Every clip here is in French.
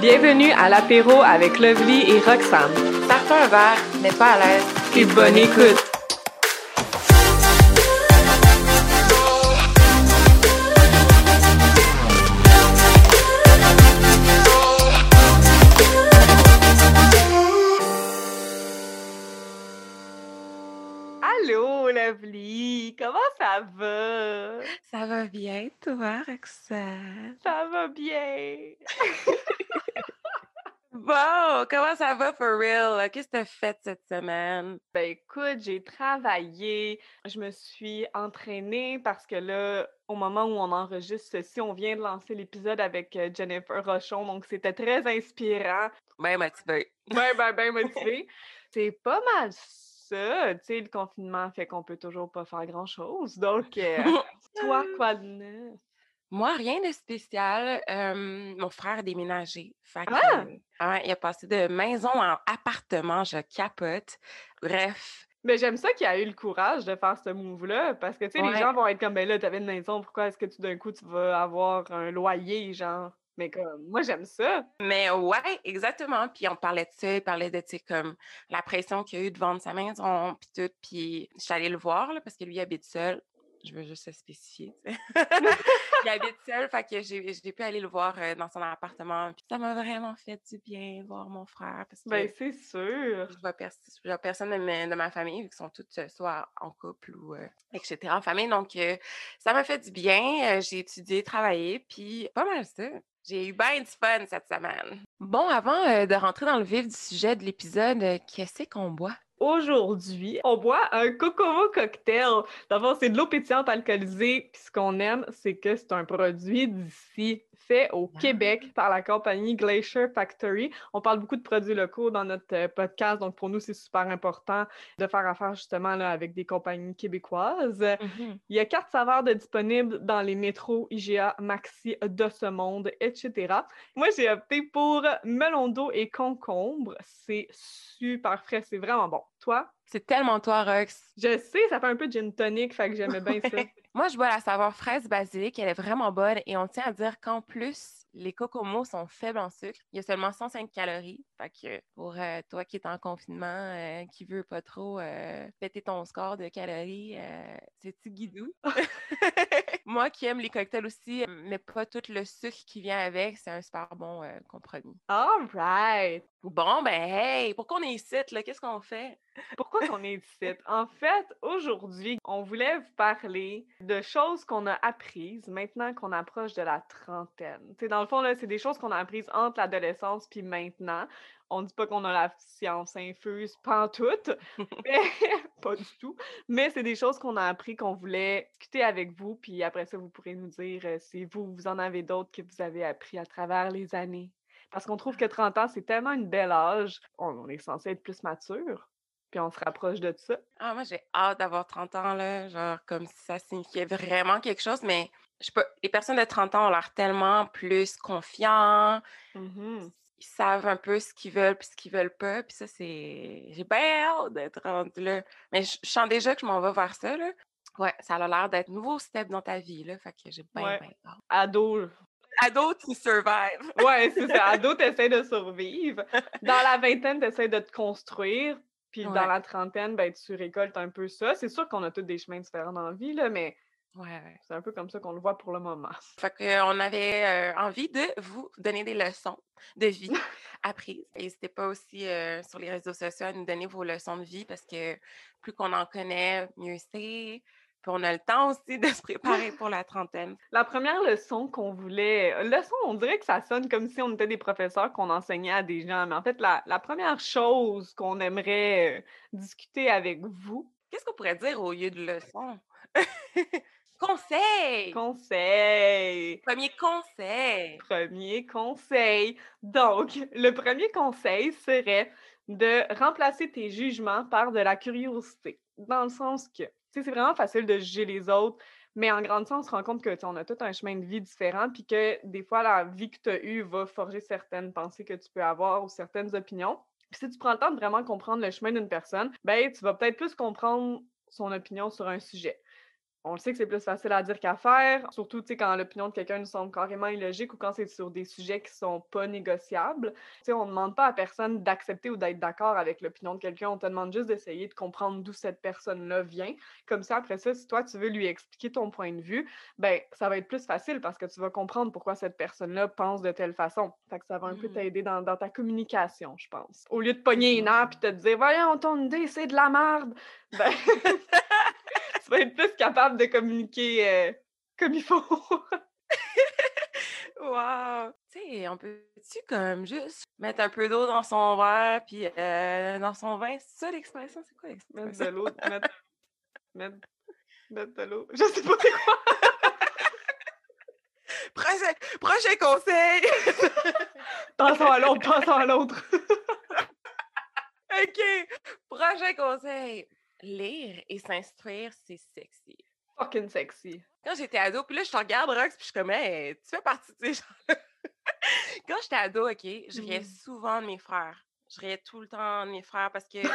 Bienvenue à l'apéro avec Lovely et Roxane. Starte un verre, mais pas à l'aise. Et bonne écoute! Allô, Lovely! Comment ça va? Ça va bien, toi, Roxane? Ça va bien! Bon, comment ça va for real? Qu'est-ce que t'as fait cette semaine? Ben écoute, j'ai travaillé, je me suis entraînée parce que là, au moment où on enregistre ceci, on vient de lancer l'épisode avec Jennifer Rochon, donc c'était très inspirant. Ben motivée. Ben motivée. C'est pas mal ça, tu sais, le confinement fait qu'on peut toujours pas faire grand-chose, donc toi, quoi de neuf? Moi, rien de spécial. Mon frère a déménagé. Fait que, Ah! ouais, il a passé de maison en appartement. Je capote. Bref, Mais j'aime ça qu'il a eu le courage de faire ce move-là, parce que, tu sais, les ouais. gens vont être comme: «Ben là, t'avais une maison, pourquoi est-ce que tout d'un coup, tu vas avoir un loyer?» genre. Mais comme, moi, j'aime ça. Mais ouais, exactement. Puis on parlait de ça, il parlait de, tu sais, comme la pression qu'il y a eu de vendre sa maison, puis tout. Puis je suis allée le voir, là, parce que lui, il habite seul. Je veux juste le spécifier, tu sais. Il habite seul, fait que j'ai pu aller le voir dans son appartement. Puis ça m'a vraiment fait du bien voir mon frère, parce Ben, que c'est sûr. je vois personne de ma famille, vu qu'ils sont toutes soit en couple ou etc. en famille. Donc, ça m'a fait du bien. J'ai étudié, travaillé, puis pas mal ça. J'ai eu bien du fun cette semaine. Bon, avant de rentrer dans le vif du sujet de l'épisode, qu'est-ce qu'on boit? Aujourd'hui, on boit un Kokomo cocktail. D'abord, c'est de l'eau pétillante alcoolisée. Puis ce qu'on aime, c'est que c'est un produit d'ici, fait au Québec par la compagnie Glacier Factory. On parle beaucoup de produits locaux dans notre podcast, donc pour nous, c'est super important de faire affaire justement là, avec des compagnies québécoises. Mhm. Il y a 4 saveurs de disponibles dans les métros, IGA, Maxi de ce monde, etc. Moi, j'ai opté pour melon d'eau et concombre. C'est super frais, c'est vraiment bon. Toi? C'est tellement toi, Rox. Je sais, ça fait un peu gin tonic, fait que j'aimais bien ça. Moi, je bois la saveur fraise basilic. Elle est vraiment bonne. Et on tient à dire qu'en plus, les cocomos sont faibles en sucre. Il y a seulement 105 calories. Fait que pour toi qui es en confinement, qui veut pas trop péter ton score de calories, c'est petit guidou. Moi qui aime les cocktails aussi, mais pas tout le sucre qui vient avec, c'est un super bon compromis. All right! Bon, ben hey, pourquoi on est ici, là? Qu'est-ce qu'on fait? Pourquoi qu'on est ici? En fait, aujourd'hui, on voulait vous parler de choses qu'on a apprises maintenant qu'on approche de la trentaine. Tu sais, dans le fond, là, c'est des choses qu'on a apprises entre l'adolescence puis maintenant. On dit pas qu'on a la science infuse, pantoute, mais pas du tout. Mais c'est des choses qu'on a appris qu'on voulait discuter avec vous, puis après ça, vous pourrez nous dire si vous en avez d'autres que vous avez appris à travers les années. Parce qu'on trouve que 30 ans, c'est tellement une belle âge. On est censé être plus mature. Puis on se rapproche de ça. Ah, moi, j'ai hâte d'avoir 30 ans, là, genre comme si ça signifiait vraiment quelque chose, mais je sais pas, les personnes de 30 ans ont l'air tellement plus confiants, Mhm. ils savent un peu ce qu'ils veulent puis ce qu'ils veulent pas, puis ça, c'est... J'ai bien hâte d'être rendue là. Mais je sens déjà que je m'en vais vers ça, là. Ouais, ça a l'air d'être nouveau step dans ta vie, là, fait que j'ai bien, Ouais. bien hâte. Ado. Ado to survive! Ouais, c'est ça. Ado, t'essaies de survivre. Dans la vingtaine, t'essaies de te construire. Puis dans Ouais, la trentaine, ben, tu récoltes un peu ça. C'est sûr qu'on a tous des chemins différents dans la vie, là, mais ouais. c'est un peu comme ça qu'on le voit pour le moment. Fait qu'on avait envie de vous donner des leçons de vie apprises. N'hésitez pas aussi sur les réseaux sociaux à nous donner vos leçons de vie parce que plus qu'on en connaît, mieux c'est. Puis on a le temps aussi de se préparer pour la trentaine. La première leçon qu'on voulait... Leçon, on dirait que ça sonne comme si on était des professeurs qu'on enseignait à des gens. Mais en fait, la première chose qu'on aimerait discuter avec vous, Qu'est-ce qu'on pourrait dire au lieu de leçons? Conseil! conseil! Premier conseil! Premier conseil. Donc, le premier conseil serait de remplacer tes jugements par de la curiosité. Dans le sens que, tu sais, c'est vraiment facile de juger les autres, mais en grandissant, on se rend compte que, tu sais, on a tout un chemin de vie différent, puis que des fois, la vie que tu as eue va forger certaines pensées que tu peux avoir ou certaines opinions. Puis si tu prends le temps de vraiment comprendre le chemin d'une personne, ben, tu vas peut-être plus comprendre son opinion sur un sujet. On le sait que c'est plus facile à dire qu'à faire, surtout, tu sais, quand l'opinion de quelqu'un nous semble carrément illogique ou quand c'est sur des sujets qui sont pas négociables. Tu sais, on demande pas à personne d'accepter ou d'être d'accord avec l'opinion de quelqu'un, on te demande juste d'essayer de comprendre d'où cette personne-là vient. Comme ça, après ça, si toi, tu veux lui expliquer ton point de vue, ben, ça va être plus facile parce que tu vas comprendre pourquoi cette personne-là pense de telle façon. Fait que ça va un peu Mmh. t'aider dans ta communication, je pense. Au lieu de pogner une Mmh. heure puis te dire, voyons, ton idée, c'est de la merde, ben, tu vas être plus capable de communiquer, comme il faut. Wow! Tu sais, on peut-tu comme juste mettre un peu d'eau dans son verre puis, dans son vin? C'est ça l'expression? C'est quoi Mettre de l'expression? l'eau, mettre mettre de l'eau. Je sais pas c'est quoi. Prochain conseil! Passons à l'autre. OK, prochain conseil. Lire et s'instruire, c'est sexy. Fucking sexy. Quand j'étais ado, puis là, je te regarde, Rox, puis je suis comme: «Hey, tu fais partie de ces gens-là». Quand j'étais ado, OK, je riais Mmh. souvent de mes frères. Je riais tout le temps de mes frères parce que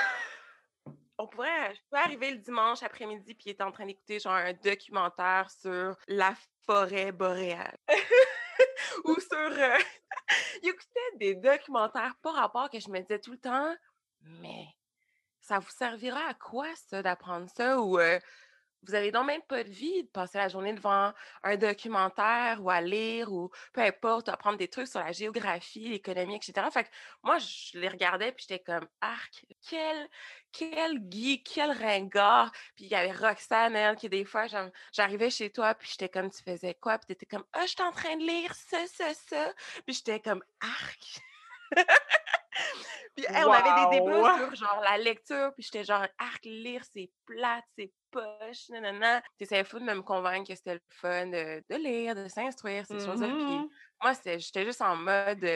je pouvais arriver le dimanche après-midi puis il était en train d'écouter genre un documentaire sur la forêt boréale ou sur il écoutait des documentaires pas rapport que je me disais tout le temps: «Mais ça vous servira à quoi ça d'apprendre ça?» ou vous avez donc même pas de vie de passer la journée devant un documentaire ou à lire ou peu importe, apprendre des trucs sur la géographie, l'économie, et cetera. Fait que moi, je les regardais puis j'étais comme: «Arc, quel geek, quel ringard!» Puis il y avait Roxane, elle, qui des fois, j'arrivais chez toi puis j'étais comme: «Tu faisais quoi?» Puis tu étais comme: «Ah, je suis en train de lire ça». Puis j'étais comme: «Arc!» Puis, hey, on avait des débats Wow! sur genre la lecture, puis j'étais genre: «Arc, lire, c'est plate, c'est poche, nanana». Tu essayais fou de me convaincre que c'était le fun de lire, de s'instruire, ces choses-là. Puis Mmh. moi, j'étais juste en mode,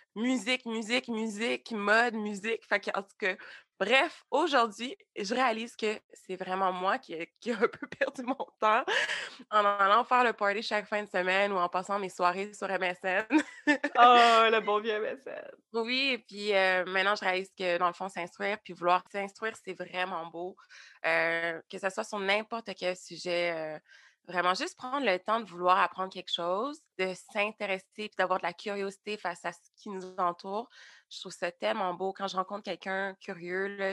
musique, mode musique. Fait qu'en tout cas, bref, aujourd'hui, je réalise que c'est vraiment moi qui ai un peu perdu mon temps en allant faire le party chaque fin de semaine ou en passant mes soirées sur MSN. Ah, le bon vieux MSN. Oui, et puis maintenant, je réalise que dans le fond, s'instruire puis vouloir s'instruire, c'est vraiment beau. Que ça soit sur n'importe quel sujet, vraiment juste prendre le temps de vouloir apprendre quelque chose, de s'intéresser puis d'avoir de la curiosité face à ce qui nous entoure. Je trouve ça tellement beau. Quand je rencontre quelqu'un curieux, là,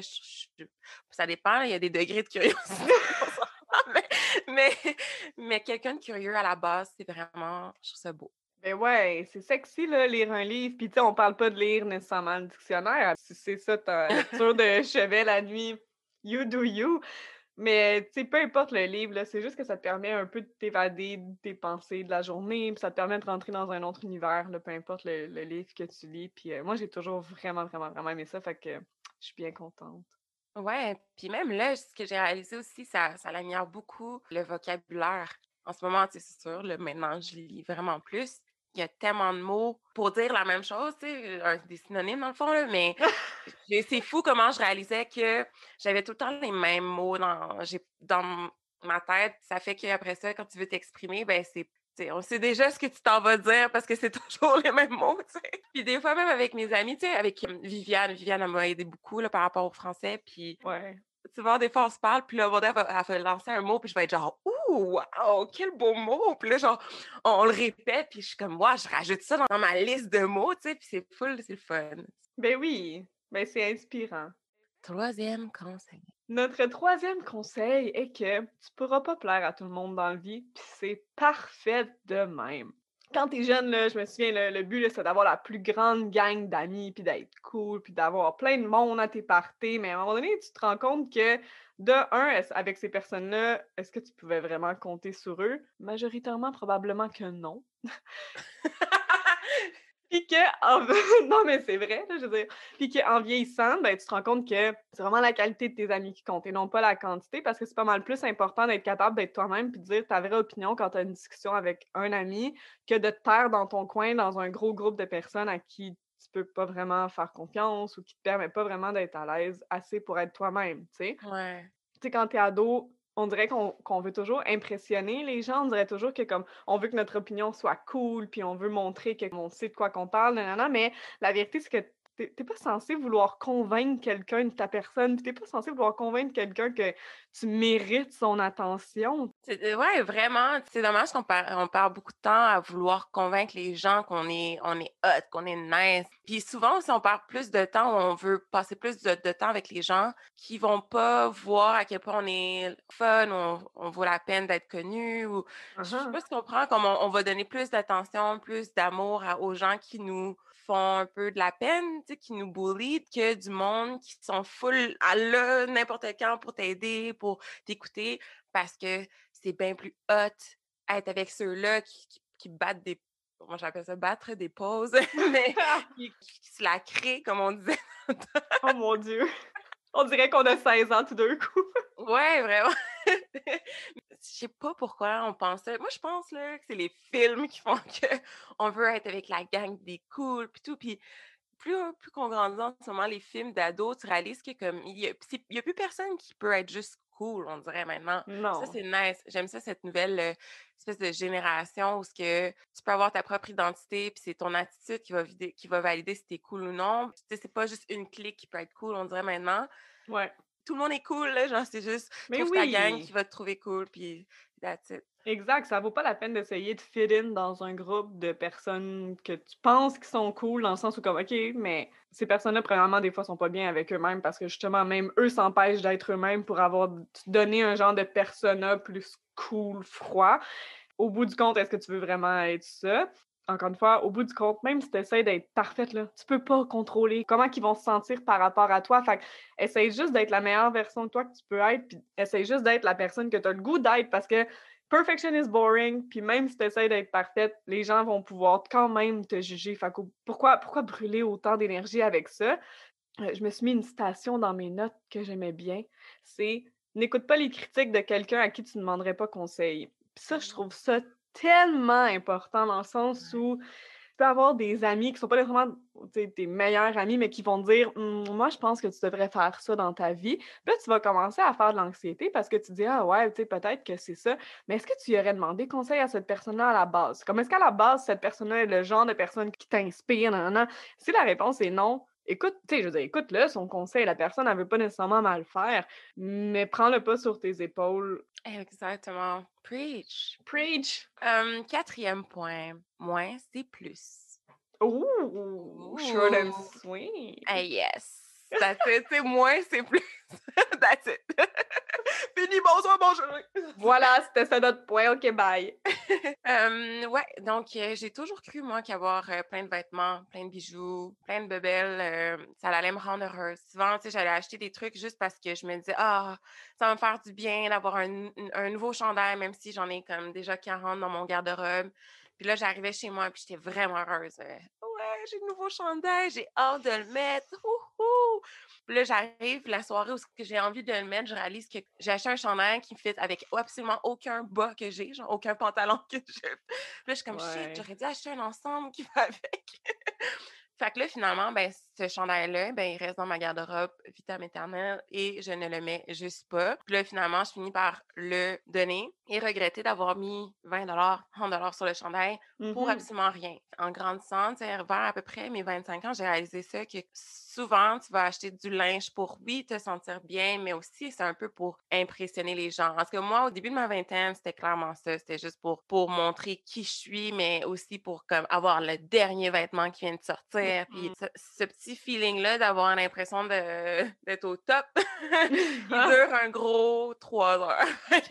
ça dépend, là, il y a des degrés de curiosité, on s'entend, mais, mais quelqu'un de curieux à la base, c'est vraiment, je trouve ça beau. Ben ouais, c'est sexy là, lire un livre. Puis tu sais, on parle pas de lire nécessairement le dictionnaire. Si c'est ça ta lecture de chevet la nuit, you do you. Mais tu sais, peu importe le livre, là, c'est juste que ça te permet un peu de t'évader de tes pensées de la journée, puis ça te permet de rentrer dans un autre univers, là, peu importe le livre que tu lis. Puis moi, j'ai toujours vraiment aimé ça, fait que je suis bien contente. Ouais, puis même là, ce que j'ai réalisé aussi, ça l'améliore beaucoup le vocabulaire. En ce moment, tu sais, c'est sûr, là, maintenant, je lis vraiment plus. Il y a tellement de mots pour dire la même chose, tu sais, des synonymes dans le fond, là, mais c'est fou comment je réalisais que j'avais tout le temps les mêmes mots dans ma tête. Ça fait qu'après ça, quand tu veux t'exprimer, ben tu sais, on sait déjà ce que tu t'en vas dire parce que c'est toujours les mêmes mots, tu sais. Puis des fois, même avec mes amis, tu sais, avec Viviane, elle m'a aidé beaucoup là, par rapport au français. Puis Ouais. tu vois, des fois, on se parle, puis là, Vaude, elle va lancer un mot, puis je vais être genre, ouh, wow, quel beau mot. Puis là, genre, on le répète, puis je suis comme, moi, je rajoute ça dans ma liste de mots, tu sais, puis c'est full, c'est le fun. Ben oui, ben c'est inspirant. Troisième conseil. Notre troisième conseil est que tu pourras pas plaire à tout le monde dans la vie, puis c'est parfait de même. Quand t'es jeune, là, je me souviens, le but, là, c'est d'avoir la plus grande gang d'amis, puis d'être cool, puis d'avoir plein de monde à tes parties. Mais à un moment donné, tu te rends compte que, de un, avec ces personnes-là, est-ce que tu pouvais vraiment compter sur eux? Majoritairement, probablement que non. Puis que en non, mais c'est vrai, là, je veux dire. Puis qu'en vieillissant, ben, tu te rends compte que c'est vraiment la qualité de tes amis qui compte et non pas la quantité parce que c'est pas mal plus important d'être capable d'être toi-même puis de dire ta vraie opinion quand tu as une discussion avec un ami que de te taire dans ton coin dans un gros groupe de personnes à qui tu peux pas vraiment faire confiance ou qui te permet pas vraiment d'être à l'aise assez pour être toi-même, tu sais? Ouais. Tu sais, quand t'es ado, on dirait qu'on veut toujours impressionner les gens. On dirait toujours que comme on veut que notre opinion soit cool, puis on veut montrer qu'on sait de quoi qu'on parle, nanana, mais la vérité, c'est que Tu pas censé vouloir convaincre quelqu'un de ta personne, puis tu pas censé vouloir convaincre quelqu'un que tu mérites son attention. Ouais, vraiment, c'est dommage on perd beaucoup de temps à vouloir convaincre les gens on est hot, qu'on est nice. Puis souvent aussi, on perd plus de temps où on veut passer plus de temps avec les gens qui vont pas voir à quel point on est fun, on vaut la peine d'être connu ou je sais Mmh. pas si tu comprends, comme on va donner plus d'attention, plus d'amour aux gens qui nous font un peu de la peine, tu sais, qui nous bully, que du monde qui sont full à là n'importe quand pour t'aider, pour t'écouter, parce que c'est bien plus hot être avec ceux-là qui battent des moi j'appelle ça battre des pauses, mais qui se la créent, comme on disait. Oh mon Dieu! On dirait qu'on a 16 ans tout d'un coup. Ouais, vraiment. Je sais pas pourquoi on pense ça. Moi, je pense là, que c'est les films qui font qu'on veut être avec la gang des cools puis tout. Puis plus qu'on grandit en ce moment, les films d'ados, tu réalises que comme il y a plus personne qui peut être juste cool, on dirait maintenant. Ça, Non. c'est nice. J'aime ça, cette nouvelle espèce de génération où ce que tu peux avoir ta propre identité, puis c'est ton attitude qui va valider si t'es cool ou non. Tu sais, c'est pas juste une clique qui peut être cool, on dirait maintenant. Ouais. Tout le monde est cool, là, genre, c'est juste, Mais trouve ta gang oui! qui va te trouver cool, puis that's it. Exact, ça vaut pas la peine d'essayer de fit in dans un groupe de personnes que tu penses qui sont cool, dans le sens où comme, OK, mais ces personnes-là, premièrement, des fois, sont pas bien avec eux-mêmes parce que justement, même eux s'empêchent d'être eux-mêmes pour avoir donné un genre de persona plus cool, froid. Au bout du compte, est-ce que tu veux vraiment être ça? Encore une fois, au bout du compte, même si tu essaies d'être parfaite, là, tu peux pas contrôler comment ils vont se sentir par rapport à toi. Fait que essaye juste d'être la meilleure version de toi que tu peux être, puis essaye juste d'être la personne que tu as le goût d'être parce que perfection is boring, puis même si tu essaies d'être parfaite, les gens vont pouvoir quand même te juger. Fait que pourquoi brûler autant d'énergie avec ça? Je me suis mis une citation dans mes notes que j'aimais bien, c'est: «N'écoute pas les critiques de quelqu'un à qui tu ne demanderais pas conseil». Puis ça, je trouve ça tellement important dans le sens Ouais. où tu peux avoir des amis qui sont pas nécessairement, tu sais, tes meilleurs amis, mais qui vont te dire: Moi, je pense que tu devrais faire ça dans ta vie». Puis là, tu vas commencer à faire de l'anxiété parce que tu dis: «Ah ouais, tu sais, peut-être que c'est ça». Mais est-ce que tu y aurais demandé conseil à cette personne-là à la base? Comme est-ce qu'à la base, cette personne-là est le genre de personne qui t'inspire, nan, nan, nan? Si la réponse est non, écoute, tu sais, je veux dire, écoute-le, son conseil, la personne, elle veut pas nécessairement mal faire, mais prends-le pas sur tes épaules. Exactement. Preach. Preach! 4e point, moins, c'est plus. Ooh! Short and Ouh! sweet. Ah yes! That's it, tu moins, c'est plus. That's it. Fini, bonsoir, bonjour! Voilà, c'était ça notre point. OK, bye. Ouais, donc j'ai toujours cru, moi, qu'avoir, plein de vêtements, plein de bijoux, plein de bebelles, ça allait me rendre heureuse. Souvent, tu sais, j'allais acheter des trucs juste parce que je me disais: «Ah, ça va me faire du bien d'avoir un nouveau chandail», même si j'en ai comme déjà 40 dans mon garde-robe. Puis là, j'arrivais chez moi, puis j'étais vraiment heureuse. «Ouais, j'ai le nouveau chandail, j'ai hâte de le mettre, houhou!» Puis là, j'arrive la soirée où ce que j'ai envie de le mettre, je réalise que j'ai acheté un chandail qui me fit avec absolument aucun bas que j'ai, genre aucun pantalon que j'ai. Puis là, je suis comme: «Shit, Ouais. j'aurais dû acheter un ensemble qui va avec». Fait que là, finalement, ben, ce chandail-là, ben, il reste dans ma garde-robe vitam aeternam et je ne le mets juste pas. Puis là, finalement, je finis par le donner et regretter d'avoir mis 20 $, 30 sur le chandail pour Mmh. absolument rien. En grandissant, tu sais, vers à peu près mes 25 ans, j'ai réalisé ça que souvent, tu vas acheter du linge pour, oui, te sentir bien, mais aussi, c'est un peu pour impressionner les gens. Parce que moi, au début de ma vingtaine, c'était clairement ça. C'était juste pour montrer qui je suis, mais aussi pour comme avoir le dernier vêtement qui vient de sortir. Puis Mmh. ce petit feeling-là d'avoir l'impression d'être au top, il dure un gros 3 heures.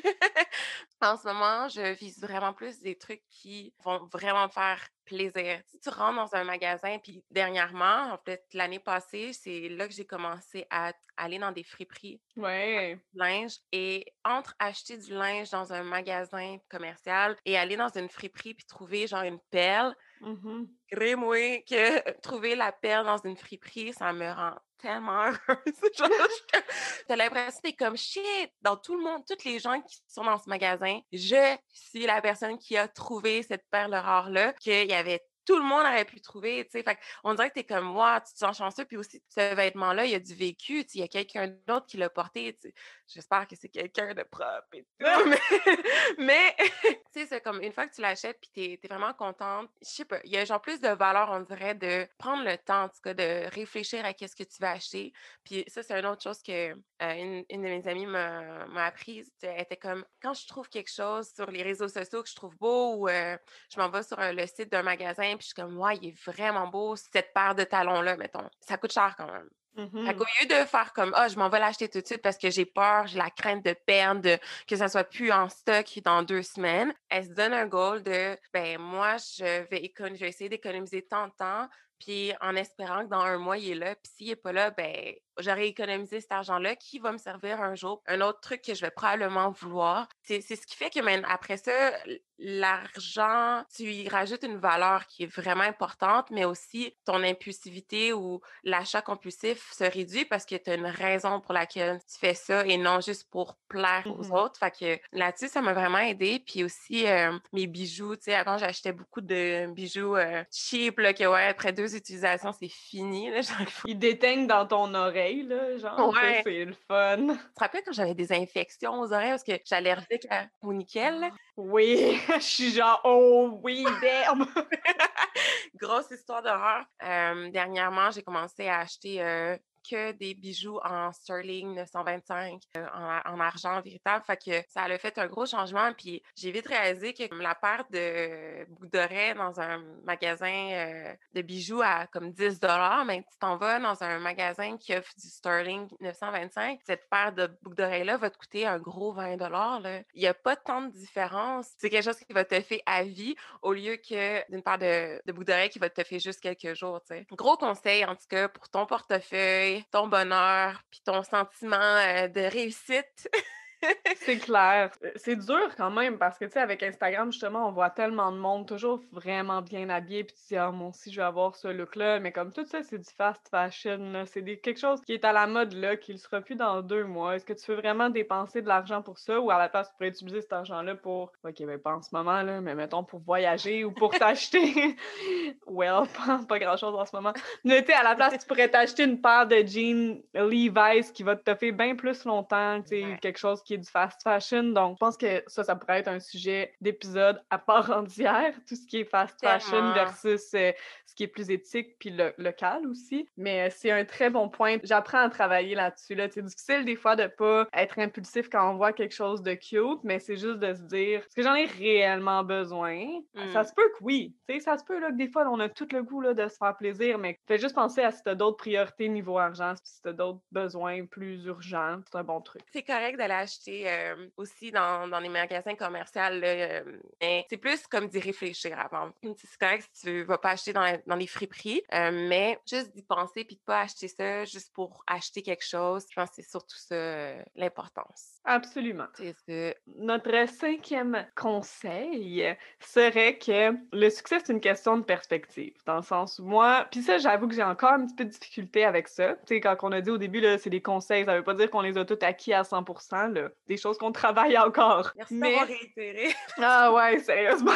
En ce moment, je vise vraiment plus des trucs qui vont vraiment me faire plaisir. Si tu rentres dans un magasin, puis dernièrement, en fait, l'année passée, c'est là que j'ai commencé à aller dans des friperies Ouais. de linge et entre acheter du linge dans un magasin commercial et aller dans une friperie puis trouver genre une perle, Mmh. crée-moi que trouver la perle dans une friperie, ça me rend tellement heureuse. Genre, tu l'impression que tu comme: «Shit!» Dans tout le monde, toutes les gens qui sont dans ce magasin, je suis la personne qui a trouvé cette perle rare-là, qu'il y avait tout le monde aurait pu trouver, tu sais. Fait qu'on dirait que t'es comme, moi, tu te sens chanceux. Puis aussi, ce vêtement-là, il y a du vécu, tu sais, il y a quelqu'un d'autre qui l'a porté, tu sais. J'espère que c'est quelqu'un de propre et tout, mais tu sais, c'est comme une fois que tu l'achètes puis t'es vraiment contente, je sais pas, il y a genre plus de valeur, on dirait, de prendre le temps, en tout cas, de réfléchir à qu'est-ce que tu vas acheter. Puis ça, c'est une autre chose que une de mes amies m'a apprise. Tu sais, elle était comme, quand je trouve quelque chose sur les réseaux sociaux que je trouve beau ou je m'en vais sur le site d'un magasin puis je suis comme, ouais, il est vraiment beau, cette paire de talons-là, mettons. Ça coûte cher quand même. Fait qu'au Mhm. lieu de faire comme je m'en vais l'acheter tout de suite parce que j'ai peur, j'ai la crainte de perdre, que ça soit plus en stock dans 2 semaines, elle se donne un goal de ben moi, je vais essayer d'économiser tant de temps, puis en espérant que dans un mois, il est là, puis s'il est pas là, ben j'aurais économisé cet argent-là qui va me servir un jour. Un autre truc que je vais probablement vouloir. C'est ce qui fait que même après ça, l'argent, tu y rajoutes une valeur qui est vraiment importante, mais aussi ton impulsivité ou l'achat compulsif se réduit parce que tu as une raison pour laquelle tu fais ça et non juste pour plaire aux Mhm. autres. Fait que là-dessus, ça m'a vraiment aidé. Puis aussi, mes bijoux, tu sais, avant, j'achetais beaucoup de bijoux cheap, là, que ouais, après 2 utilisations, c'est fini, là, genre, Il déteigne dans ton oreille, là, genre, ça, ouais. c'est le fun. Tu te rappelles quand j'avais des infections aux oreilles parce que j'étais allergique au nickel, là? Oui, je suis genre, oh oui, damn! Grosse histoire d'horreur. Dernièrement, j'ai commencé à acheter que des bijoux en sterling 925, en argent véritable. Fait que ça a fait un gros changement. Puis j'ai vite réalisé que comme la paire de boucles d'oreilles dans un magasin de bijoux à comme 10 $, mais tu t'en vas dans un magasin qui offre du sterling 925, cette paire de boucles d'oreilles-là va te coûter un gros 20 $. Là. Il n'y a pas tant de différence. C'est quelque chose qui va te faire à vie au lieu que d'une paire de boucles d'oreilles qui va te faire juste quelques jours, tu sais. Gros conseil, en tout cas, pour ton portefeuille, ton bonheur, puis ton sentiment de réussite. C'est clair. C'est dur quand même parce que, tu sais, avec Instagram, justement, on voit tellement de monde toujours vraiment bien habillé, puis tu dis: «Ah, moi aussi, je vais avoir ce look-là», mais comme tout ça, c'est du fast fashion, là. C'est quelque chose qui est à la mode là, qui le sera plus dans 2 mois. Est-ce que tu veux vraiment dépenser de l'argent pour ça ou à la place, tu pourrais utiliser cet argent-là pour OK, ben, pas en ce moment, là, mais mettons pour voyager ou pour t'acheter well, pas grand-chose en ce moment. Mais tu sais, à la place, tu pourrais t'acheter une paire de jeans Levi's qui va te toffer bien plus longtemps, tu sais, Ouais, quelque chose qui est du fast fashion. Donc, je pense que ça pourrait être un sujet d'épisode à part entière, tout ce qui est fast fashion tellement. versus ce qui est plus éthique puis local aussi. Mais c'est un très bon point. J'apprends à travailler là-dessus. Là. C'est difficile des fois de pas être impulsif quand on voit quelque chose de cute, mais c'est juste de se dire, est-ce que j'en ai réellement besoin? Ça Mm. se peut que oui. Tu sais, ça se peut là, que des fois, on a tout le goût là, de se faire plaisir, mais fais juste penser à si t'as d'autres priorités niveau argent, si t'as d'autres besoins plus urgents. C'est un bon truc. C'est correct d'aller acheter aussi dans les magasins commerciaux, là, mais c'est plus comme d'y réfléchir avant. C'est correct si tu vas pas acheter dans les friperies, mais juste d'y penser puis de pas acheter ça juste pour acheter quelque chose. Je pense que c'est surtout ça l'importance. Absolument. C'est ça. Notre cinquième conseil serait que le succès, c'est une question de perspective. Dans le sens où moi, puis ça, j'avoue que j'ai encore un petit peu de difficulté avec ça. Tu sais, quand on a dit au début, là, c'est des conseils, ça veut pas dire qu'on les a tous acquis à 100%, là. Des choses qu'on travaille encore. Merci d'avoir Mais, réitéré. ah ouais, sérieusement.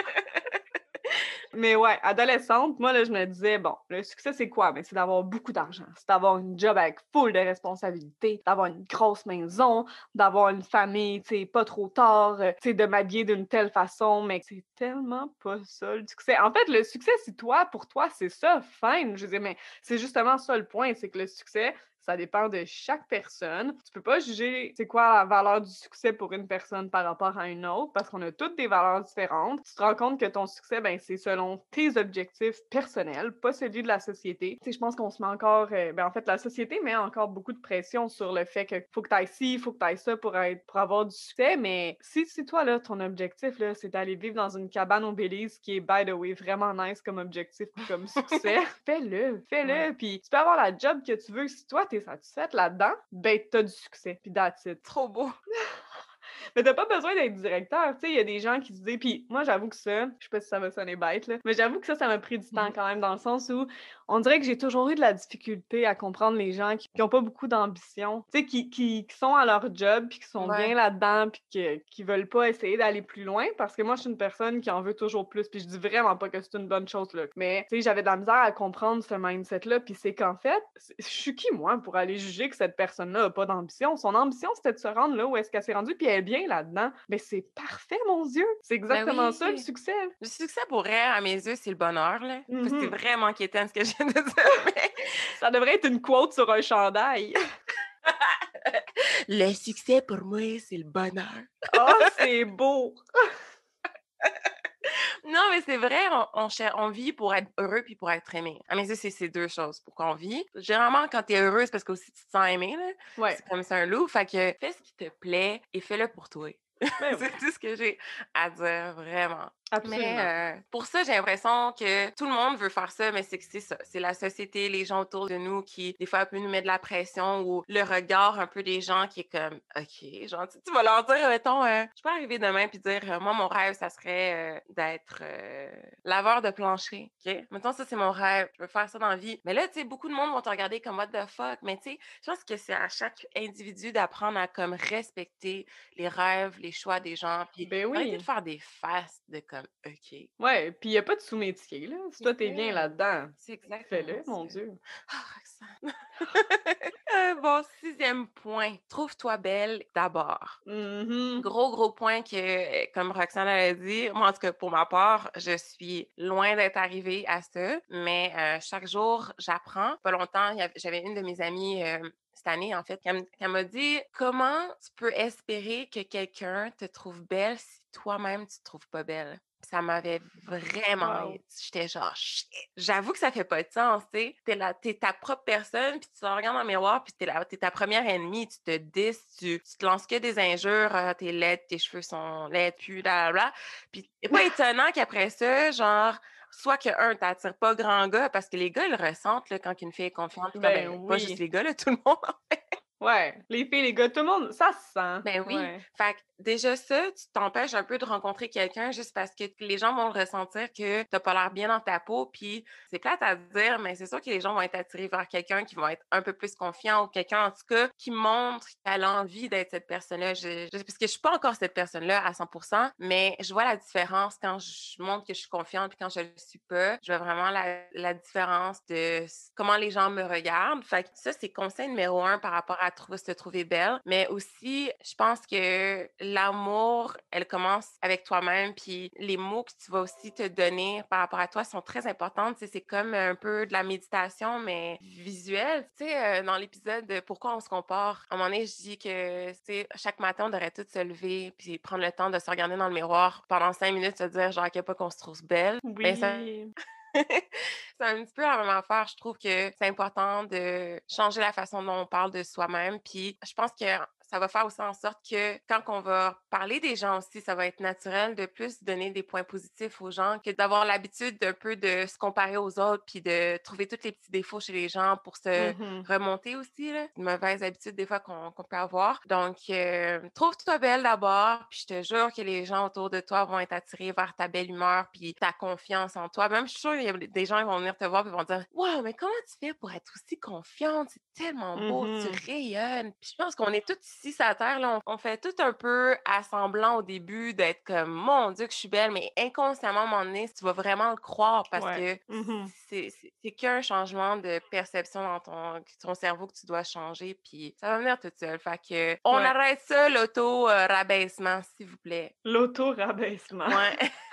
Mais ouais, adolescente, moi, là, je me disais, bon, le succès, c'est quoi? Ben, c'est d'avoir beaucoup d'argent. C'est d'avoir une job avec full de responsabilités, d'avoir une grosse maison, d'avoir une famille, tu sais, pas trop tard, tu sais, de m'habiller d'une telle façon, mais c'est tellement pas ça, le succès. En fait, le succès, si toi, pour toi, c'est ça, fine. Je veux dire, mais c'est justement ça le point, c'est que le succès, ça dépend de chaque personne. Tu peux pas juger c'est quoi la valeur du succès pour une personne par rapport à une autre parce qu'on a toutes des valeurs différentes. Tu te rends compte que ton succès, ben, c'est selon tes objectifs personnels, pas celui de la société. Tu sais, je pense qu'on se met encore, ben, en fait, la société met encore beaucoup de pression sur le fait que faut que tu ailles ci, faut que tu ailles ça pour avoir du succès. Mais si toi, là, ton objectif, là, c'est d'aller vivre dans une cabane au Belize qui est, by the way, vraiment nice comme objectif puis comme succès, fais-le, Ouais. fais-le. Puis tu peux avoir la job que tu veux. Si toi, t'es satisfaite là-dedans, ben, t'as du succès. Puis that's it. Trop beau. Mais t'as pas besoin d'être directeur, tu sais, il y a des gens qui se disent puis moi, j'avoue que ça, je sais pas si ça va sonner bête, là, mais j'avoue que ça m'a pris du temps Mhm. quand même dans le sens où on dirait que j'ai toujours eu de la difficulté à comprendre les gens qui ont pas beaucoup d'ambition, tu sais, qui sont à leur job puis qui sont Ouais. bien là-dedans puis qui veulent pas essayer d'aller plus loin parce que moi, je suis une personne qui en veut toujours plus puis je dis vraiment pas que c'est une bonne chose, là. Mais, tu sais, j'avais de la misère à comprendre ce mindset-là puis c'est qu'en fait, je suis qui, moi, pour aller juger que cette personne-là a pas d'ambition? Son ambition, c'était de se rendre là où est-ce qu'elle s'est rendue puis elle est bien là-dedans. Mais c'est parfait, mon Dieu! C'est Ben exactement ça, le oui. succès. Le succès pour elle, à mes yeux, c'est le bonheur, là. C'est Mhm. vraiment quétaine ce que je viens de dire, mais Ça devrait être une quote sur un chandail. le succès pour moi, c'est le bonheur. Oh, c'est beau! Non, mais c'est vrai, on vit pour être heureux puis pour être aimé. À mes yeux, c'est ces deux choses. Pourquoi on vit? Généralement, quand tu es heureux, c'est parce que aussi tu te sens aimé, là. Ouais, C'est comme c'est un loup. Fait que fais ce qui te plaît et fais-le pour toi. ben oui, C'est tout ce que j'ai à dire, vraiment. absolument. Mais pour ça, j'ai l'impression que tout le monde veut faire ça, mais c'est que c'est ça. C'est la société, les gens autour de nous qui, des fois, peuvent nous mettre de la pression ou le regard un peu des gens qui est comme, OK, genre, tu vas leur dire, mettons, je peux arriver demain puis dire, moi, mon rêve, ça serait d'être laveur de plancher. OK? Mettons, ça, c'est mon rêve. Je veux faire ça dans la vie. Mais là, tu sais, beaucoup de monde vont te regarder comme, what the fuck? Mais tu sais, je pense que c'est à chaque individu d'apprendre à comme respecter les rêves, les choix des gens, puis Ben arrêter de oui. faire des faces de comme OK. Ouais, puis il y a pas de sous-métier, là. Si C'est toi, t'es bien ça. là-dedans, C'est exactement fais-le, ça. mon Dieu. Ah, Roxane. Bon, 6e point, trouve-toi belle d'abord. Mhm. Gros point que, comme Roxane a dit, moi, en tout cas, pour ma part, je suis loin d'être arrivée à ça, mais chaque jour, j'apprends. Pas longtemps, j'avais une de mes amies cette année, en fait, qui m'a dit: «Comment tu peux espérer que quelqu'un te trouve belle si toi-même tu te trouves pas belle?» Puis ça m'avait vraiment Wow. j'étais genre: «Shit!» J'avoue que ça fait pas de sens, tu sais. Tu ta propre personne, puis tu te regardes dans le miroir, puis t'es ta première ennemie, tu te dis, tu te lances que des injures, «Tu es laide, tes cheveux sont laids, puis blablabla». Puis c'est pas étonnant qu'après ça, genre, soit que un t'attires pas grand gars, parce que les gars, ils le ressentent, là, quand une fille est confiante, puis Ben ben, pas juste oui. les gars, là, tout le monde. Ouais, les filles, les gars, tout le monde, ça se sent. Ben oui. Ouais. Fait que déjà ça, tu t'empêches un peu de rencontrer quelqu'un juste parce que les gens vont le ressentir que t'as pas l'air bien dans ta peau. Puis c'est plate à dire, mais c'est sûr que les gens vont être attirés vers quelqu'un qui va être un peu plus confiant ou quelqu'un, en tout cas, qui montre qu'elle a envie d'être cette personne-là. Parce que je suis pas encore cette personne-là à 100%, mais je vois la différence quand je montre que je suis confiante puis quand je le suis pas. Je vois vraiment la différence de comment les gens me regardent. Fait que ça, c'est conseil numéro 1 par rapport à se trouver belle. Mais aussi, je pense que l'amour, elle commence avec toi-même, puis les mots que tu vas aussi te donner par rapport à toi sont très importants. Tu sais, c'est comme un peu de la méditation, mais visuelle. Tu sais, dans l'épisode de Pourquoi on se compare, à un moment donné, je dis que, tu sais, chaque matin, on devrait tous se lever, puis prendre le temps de se regarder dans le miroir pendant 5 minutes, se dire, genre, à quel point qu'on se trouve belle. Ben, ça Oui. c'est un petit peu la même affaire. Je trouve que c'est important de changer la façon dont on parle de soi-même. Puis je pense que ça va faire aussi en sorte que quand on va parler des gens aussi, ça va être naturel de plus donner des points positifs aux gens que d'avoir l'habitude d'un peu de se comparer aux autres puis de trouver tous les petits défauts chez les gens pour se Mhm. remonter aussi, là. Une mauvaise habitude des fois qu'on peut avoir. Donc, trouve-toi belle d'abord, puis je te jure que les gens autour de toi vont être attirés vers ta belle humeur puis ta confiance en toi. Même, je suis sûre qu'il y a des gens qui vont venir te voir et vont dire: «Wow, mais comment tu fais pour être aussi confiante? C'est tellement beau, tu Mhm. rayonnes». Puis je pense qu'on est tous ici sur la terre, là, on fait tout un peu à semblant au début d'être comme: «Mon Dieu que je suis belle», mais inconsciemment, à un moment donné, tu vas vraiment le croire parce Ouais. que Mhm. c'est qu'un changement de perception dans ton cerveau que tu dois changer, puis ça va venir tout seul. Fait que on Ouais. arrête ça, l'auto-rabaissement, s'il vous plaît. L'auto-rabaissement. Ouais,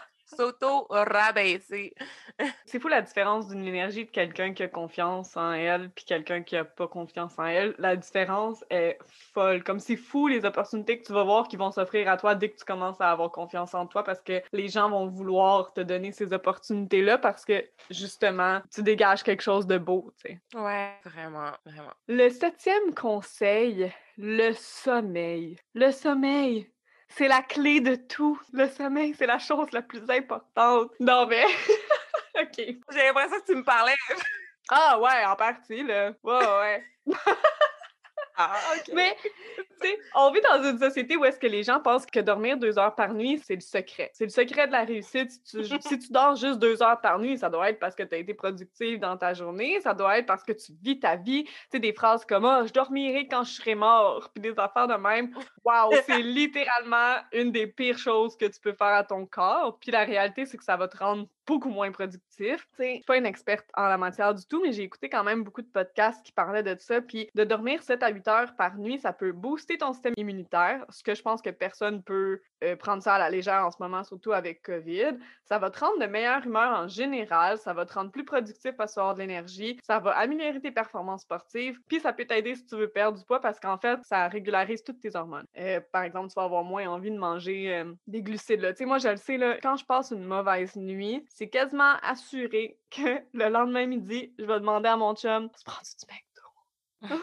s'auto-rabaisser. C'est fou la différence d'une énergie de quelqu'un qui a confiance en elle puis quelqu'un qui a pas confiance en elle. La différence est folle. Comme c'est fou les opportunités que tu vas voir qui vont s'offrir à toi dès que tu commences à avoir confiance en toi parce que les gens vont vouloir te donner ces opportunités-là parce que justement, tu dégages quelque chose de beau, tu sais. Ouais, vraiment, vraiment. Le 7e conseil, le sommeil. Le sommeil, c'est la clé de tout. Le sommeil, c'est la chose la plus importante. Non mais OK. J'ai l'impression que tu me parlais. Ah ouais, en partie là. Ouais, ouais. Ah, OK. Mais tu sais, on vit dans une société où est-ce que les gens pensent que dormir 2 heures par nuit, c'est le secret. C'est le secret de la réussite. Si tu dors juste 2 heures par nuit, ça doit être parce que tu as été productive dans ta journée, ça doit être parce que tu vis ta vie. Tu sais, des phrases comme « Ah, je dormirai quand je serai mort », puis des affaires de même. Wow, c'est littéralement une des pires choses que tu peux faire à ton corps. Puis la réalité, c'est que ça va te rendre beaucoup moins productif. Tu sais, je suis pas une experte en la matière du tout, mais j'ai écouté quand même beaucoup de podcasts qui parlaient de ça. Puis de dormir 7 à 8 heures par nuit, ça peut booster ton système immunitaire, ce que je pense que personne peut prendre ça à la légère en ce moment, surtout avec COVID. Ça va te rendre de meilleure humeur en général, ça va te rendre plus productif parce que tu vas avoir de l'énergie, ça va améliorer tes performances sportives, puis ça peut t'aider si tu veux perdre du poids parce qu'en fait, ça régularise toutes tes hormones. Par exemple, tu vas avoir moins envie de manger des glucides. Là. Tu sais, moi, je le sais, là, quand je passe une mauvaise nuit, c'est quasiment assuré que le lendemain midi, je vais demander à mon chum, tu prends du McDo?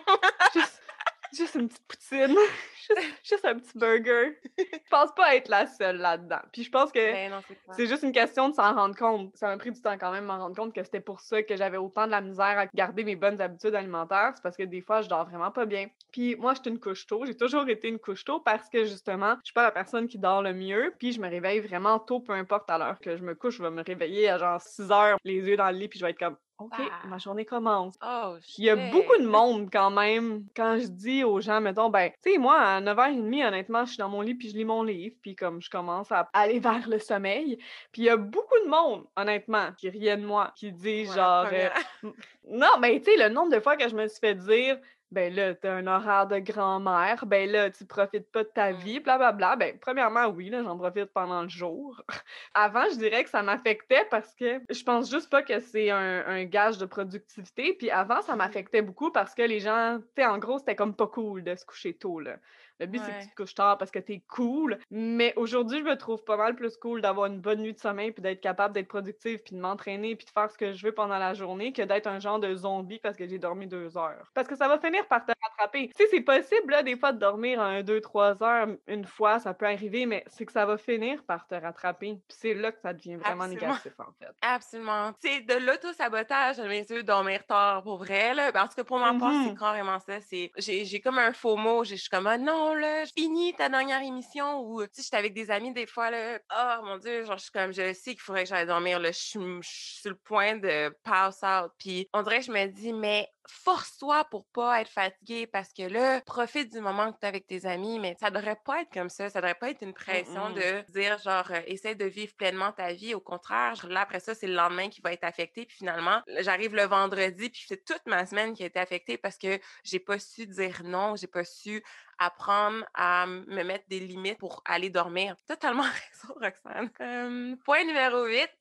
Juste, juste une petite poutine, juste un petit burger. Je pense pas être la seule là-dedans. Puis je pense que Ben non, c'est clair. c'est juste une question de s'en rendre compte. Ça m'a pris du temps quand même de m'en rendre compte que c'était pour ça que j'avais autant de la misère à garder mes bonnes habitudes alimentaires. C'est parce que des fois, je dors vraiment pas bien. Puis moi, je suis une couche tôt. J'ai toujours été une couche tôt parce que justement, je suis pas la personne qui dort le mieux. Puis je me réveille vraiment tôt, peu importe à l'heure que je me couche. Je vais me réveiller à genre 6 heures, les yeux dans le lit, puis je vais être comme OK, ma Ah! journée commence. Oh Puis il y a beaucoup de shit! monde quand même, quand je dis aux gens, mettons, ben, tu sais, moi, à 9h30, honnêtement, je suis dans mon lit puis je lis mon livre, puis comme je commence à aller vers le sommeil. Puis il y a beaucoup de monde, honnêtement, qui riait de moi, qui dit Moi, la genre, première. non, mais tu sais, le nombre de fois que je me suis fait dire, ben là, t'as un horaire de grand-mère, ben là, tu profites pas de ta Mmh. vie, blablabla. Ben, premièrement, oui, là, j'en profite pendant le jour. Avant, je dirais que ça m'affectait parce que je pense juste pas que c'est un gage de productivité. Puis avant, ça m'affectait beaucoup parce que les gens, tu sais, en gros, c'était comme pas cool de se coucher tôt, là. Le but, c'est que tu Ouais. te couches tard parce que t'es cool. Mais aujourd'hui, je me trouve pas mal plus cool d'avoir une bonne nuit de sommeil puis d'être capable d'être productive puis de m'entraîner puis de faire ce que je veux pendant la journée que d'être un genre de zombie parce que j'ai dormi 2 heures. Parce que ça va finir par te rattraper. Tu sais, c'est possible, là, des fois, de dormir 2, 3 heures une fois, ça peut arriver, mais c'est que ça va finir par te rattraper. Puis c'est là que ça devient vraiment Absolument. négatif, en fait. Absolument. C'est de l'auto-sabotage à mes yeux, dormir tard pour vrai, là. Ben, en tout cas, pour ma part, c'est Mhm. carrément ça. J'ai comme un faux mot. Je suis comme, ah non, là, finis ta dernière émission. Ou, tu sais, j'étais avec des amis des fois, là. Oh mon Dieu, genre, je suis comme, je sais qu'il faudrait que j'aille dormir, là. Je suis sur le point de pass out. Puis, on dirait que je me dis, mais force-toi pour pas être fatigué parce que là, profite du moment que tu es avec tes amis, mais ça devrait pas être comme ça. Ça devrait pas être une pression Mm-mm. de dire, genre, essaie de vivre pleinement ta vie. Au contraire, là, après ça, c'est le lendemain qui va être affecté. Puis finalement, là, j'arrive le vendredi, puis c'est toute ma semaine qui a été affectée parce que j'ai pas su dire non, j'ai pas su apprendre à me mettre des limites pour aller dormir. Totalement raison, Roxane. Point numéro 8,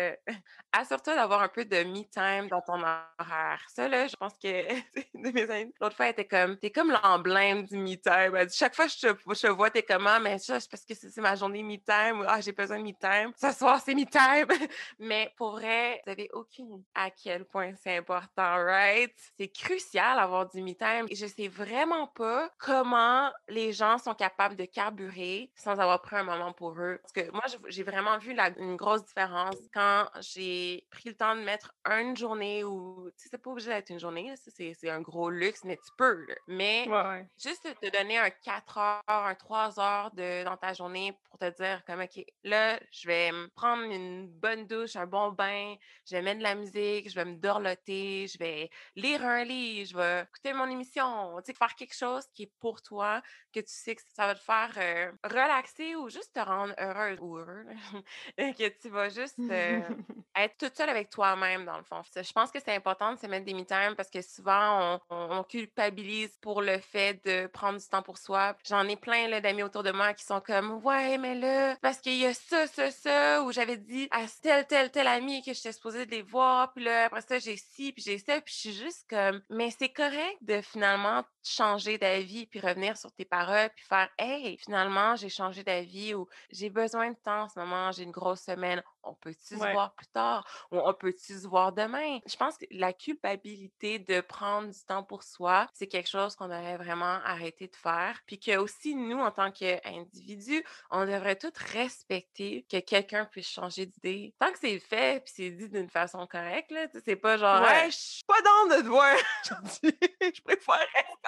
assure-toi d'avoir un peu de me time dans ton horaire. Ça, là, je pense que une de mes amies, l'autre fois, elle était comme, t'es comme l'emblème du me time. Elle dit, chaque fois que je te vois, t'es comme, ah, mais ça, c'est parce que c'est ma journée me time ou ah, j'ai besoin de me time. Ce soir, c'est me time. Mais pour vrai, vous avez aucune idée à quel point c'est important, right? C'est crucial d'avoir du me time. Et je sais vraiment pas comment les gens sont capables de carburer sans avoir pris un moment pour eux. Parce que moi, j'ai vraiment vu une grosse différence quand j'ai pris le temps de mettre une journée où, tu sais, c'est pas obligé d'être une journée, là, ça, c'est un gros luxe, mais tu peux, là. Mais Ouais, ouais. juste te donner un 4 heures, un 3 heures dans ta journée pour te dire comme, OK, là, je vais me prendre une bonne douche, un bon bain, je vais mettre de la musique, je vais me dorloter, je vais lire un livre, je vais écouter mon émission, tu sais, faire quelque chose qui est pour toi, que tu sais que ça va te faire relaxer ou juste te rendre heureuse ou heureux, là. Que tu vas juste être toute seule avec toi-même, dans le fond. Je pense que c'est important de se mettre des me-time parce que souvent, on culpabilise pour le fait de prendre du temps pour soi. J'en ai plein là, d'amis autour de moi qui sont comme ouais, mais là, parce qu'il y a ça, ou j'avais dit à tel ami que j'étais supposée de les voir, puis là, après ça, j'ai ci, puis j'ai ça, puis je suis juste comme, mais c'est correct de finalement changer d'avis, puis revenir sur tes paroles, puis faire hey, finalement, j'ai changé d'avis, ou j'ai besoin de temps en ce moment, j'ai une grosse semaine, on peut-tu se Ouais. voir plus tard, ou on peut-tu se voir demain? Je pense que la culpabilité de prendre du temps pour soi, c'est quelque chose qu'on aurait vraiment arrêté de faire. Puis que aussi, nous, en tant qu'individus, on devrait tous respecter que quelqu'un puisse changer d'idée. Tant que c'est fait, puis c'est dit d'une façon correcte, là, tu sais, c'est pas genre, hey, Ouais. je suis pas dans de te voir aujourd'hui, je préfère rester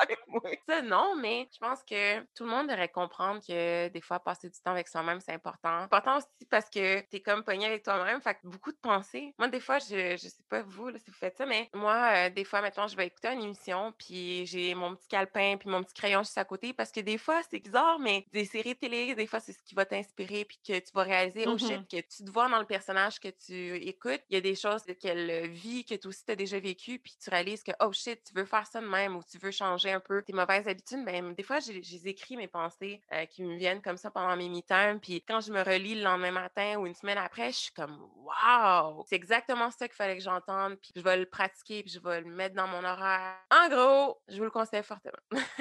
avec moi. Ça, non, mais je pense que tout le monde devrait comprendre que des fois, passer du temps avec soi-même, c'est important. Important aussi parce que t'es comme pogné avec toi-même, fait que beaucoup de pensées. Moi, des fois, je sais pas vous, là, si vous faites ça, mais moi, des fois, maintenant, je vais écouter une émission, puis j'ai mon petit calepin, puis mon petit crayon juste à côté, parce que des fois, c'est bizarre, mais des séries télé, des fois, c'est ce qui va t'inspirer, puis que tu vas réaliser, oh shit, Mhm. que tu te vois dans le personnage que tu écoutes. Il y a des choses qu'elle vit, que toi aussi, tu as déjà vécu, puis tu réalises que, oh shit, tu veux faire ça de même, ou tu veux changer un peu tes mauvaises habitudes. Ben, des fois, j'ai écrit mes pensées qui me viennent comme ça pendant mes me-time, puis quand je me relis le lendemain matin ou une semaine après, je suis comme, wow, c'est exactement ça qu'il fallait que j'entende, puis je vais le pratiquer, puis je vais le mettre dans mon horaire. En gros, je vous le conseille fortement.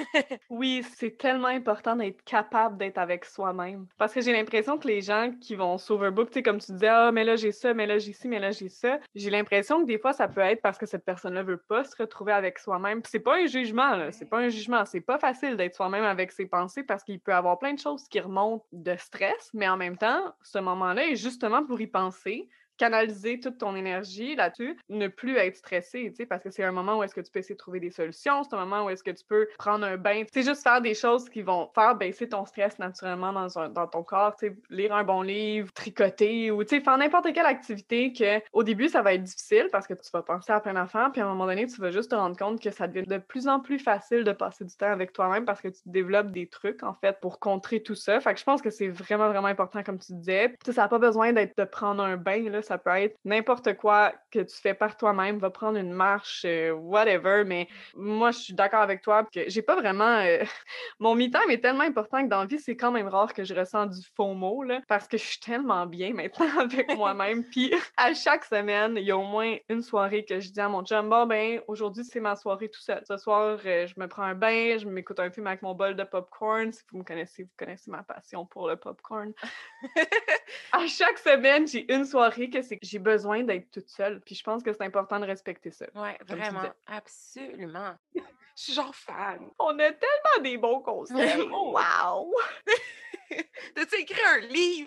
Oui, c'est tellement important d'être capable d'être avec soi-même. Parce que j'ai l'impression que les gens qui vont s'overbook, tu sais, comme tu disais, ah, mais là j'ai ça, mais là j'ai ci, mais là j'ai ça. J'ai l'impression que des fois, ça peut être parce que cette personne-là veut pas se retrouver avec soi-même. Puis c'est pas un jugement, là. C'est Ouais. pas un jugement. C'est pas facile d'être soi-même avec ses pensées parce qu'il peut y avoir plein de choses qui remontent de stress, mais en même temps, ce moment-là est justement pour y penser, canaliser toute ton énergie là-dessus, ne plus être stressé, tu sais, parce que c'est un moment où est-ce que tu peux essayer de trouver des solutions, c'est un moment où est-ce que tu peux prendre un bain, tu sais, juste faire des choses qui vont faire baisser ton stress naturellement dans ton corps, tu sais, lire un bon livre, tricoter ou, tu sais, faire n'importe quelle activité que, au début, ça va être difficile parce que tu vas penser à plein d'affaires, puis à un moment donné, tu vas juste te rendre compte que ça devient de plus en plus facile de passer du temps avec toi-même parce que tu développes des trucs, en fait, pour contrer tout ça. Fait que je pense que c'est vraiment, vraiment important, comme tu disais. Puis, tu sais, ça n'a pas besoin d'être de prendre un bain, là, ça peut être n'importe quoi que tu fais par toi-même, va prendre une marche, whatever, mais moi, je suis d'accord avec toi que j'ai pas vraiment... Mon me-time est tellement important que dans la vie, c'est quand même rare que je ressens du FOMO, là, parce que je suis tellement bien maintenant avec moi-même. Puis à chaque semaine, il y a au moins une soirée que je dis à mon chum, bon, ben, aujourd'hui, c'est ma soirée tout seul. Ce soir, je me prends un bain, je m'écoute un film avec mon bol de popcorn. Si vous me connaissez, vous connaissez ma passion pour le popcorn. À chaque semaine, j'ai une soirée que c'est que j'ai besoin d'être toute seule. Puis je pense que c'est important de respecter ça, Ouais, comme tu vraiment, disais. absolument. Je suis genre fan. On a tellement des bons conseils. Oh! Wow! T'as-tu écrit un livre?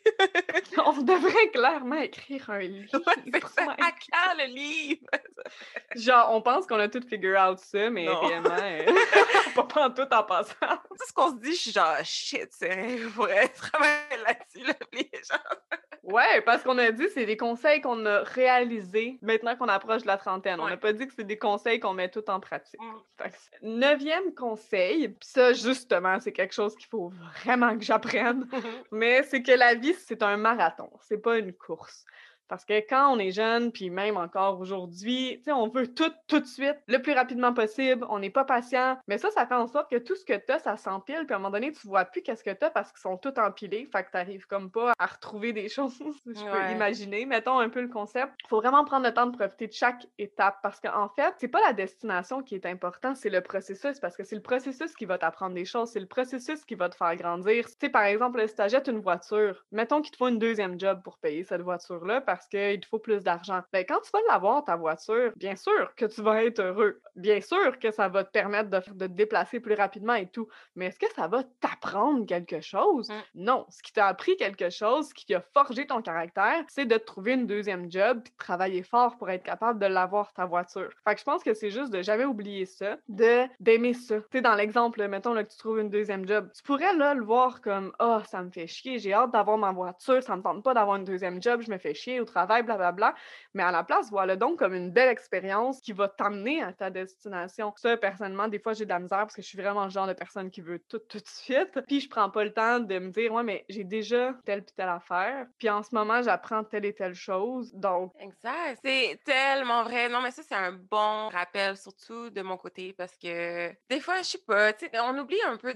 On devrait clairement écrire un Ouais, c'est livre. ça. My À quand le livre? Genre, on pense qu'on a tout figure out ça, mais Non. réellement, pas pantoute en passant. C'est ce qu'on se dit, je suis genre, shit, sérieux, il faudrait travailler là-dessus, là, les gens. Ouais, parce qu'on a dit, c'est des conseils qu'on a réalisés maintenant qu'on approche de la trentaine. On n'a Ouais. pas dit que c'est des conseils qu'on met tout en pratique. Mm. Fait que 9e conseil, pis ça, justement, c'est quelque chose qu'il faut vraiment que j'apprenne, mais c'est que la vie, c'est un marathon, c'est pas une course. Parce que quand on est jeune, puis même encore aujourd'hui, tu sais, on veut tout, tout de suite, le plus rapidement possible, on n'est pas patient, mais ça fait en sorte que tout ce que t'as, ça s'empile, puis à un moment donné, tu vois plus qu'est-ce que t'as parce qu'ils sont tous empilés, fait que t'arrives comme pas à retrouver des choses, si je peux Ouais. imaginer. Mettons un peu le concept. Faut vraiment prendre le temps de profiter de chaque étape parce qu'en fait, c'est pas la destination qui est important, c'est le processus parce que c'est le processus qui va t'apprendre des choses, c'est le processus qui va te faire grandir. Tu sais, par exemple, si t'achètes une voiture, mettons qu'il te faut une deuxième job pour payer cette voiture-là parce qu'il te faut plus d'argent. Ben, quand tu vas l'avoir, ta voiture, bien sûr que tu vas être heureux. Bien sûr que ça va te permettre de te déplacer plus rapidement et tout. Mais est-ce que ça va t'apprendre quelque chose? Mm. Non. Ce qui t'a appris quelque chose, ce qui a forgé ton caractère, c'est de te trouver une deuxième job puis de travailler fort pour être capable de l'avoir, ta voiture. Fait que je pense que c'est juste de jamais oublier ça, d'aimer ça. Tu sais, dans l'exemple, là, mettons là, que tu trouves une deuxième job, tu pourrais là le voir comme « Ah, ça me fait chier, j'ai hâte d'avoir ma voiture, ça me tente pas d'avoir une deuxième job, je me fais chier au travail, blablabla. » Mais à la place, vois-le donc comme une belle expérience qui va t'amener à ta destination. Ça, personnellement, des fois, j'ai de la misère parce que je suis vraiment le genre de personne qui veut tout, tout de suite. Puis je prends pas le temps de me dire « Ouais, mais j'ai déjà telle puis telle affaire. Puis en ce moment, j'apprends telle et telle chose. » Donc, Exact, c'est tellement vrai. Non, mais ça, c'est un bon rappel, surtout de mon côté, parce que des fois, je sais pas, tu sais, on oublie un peu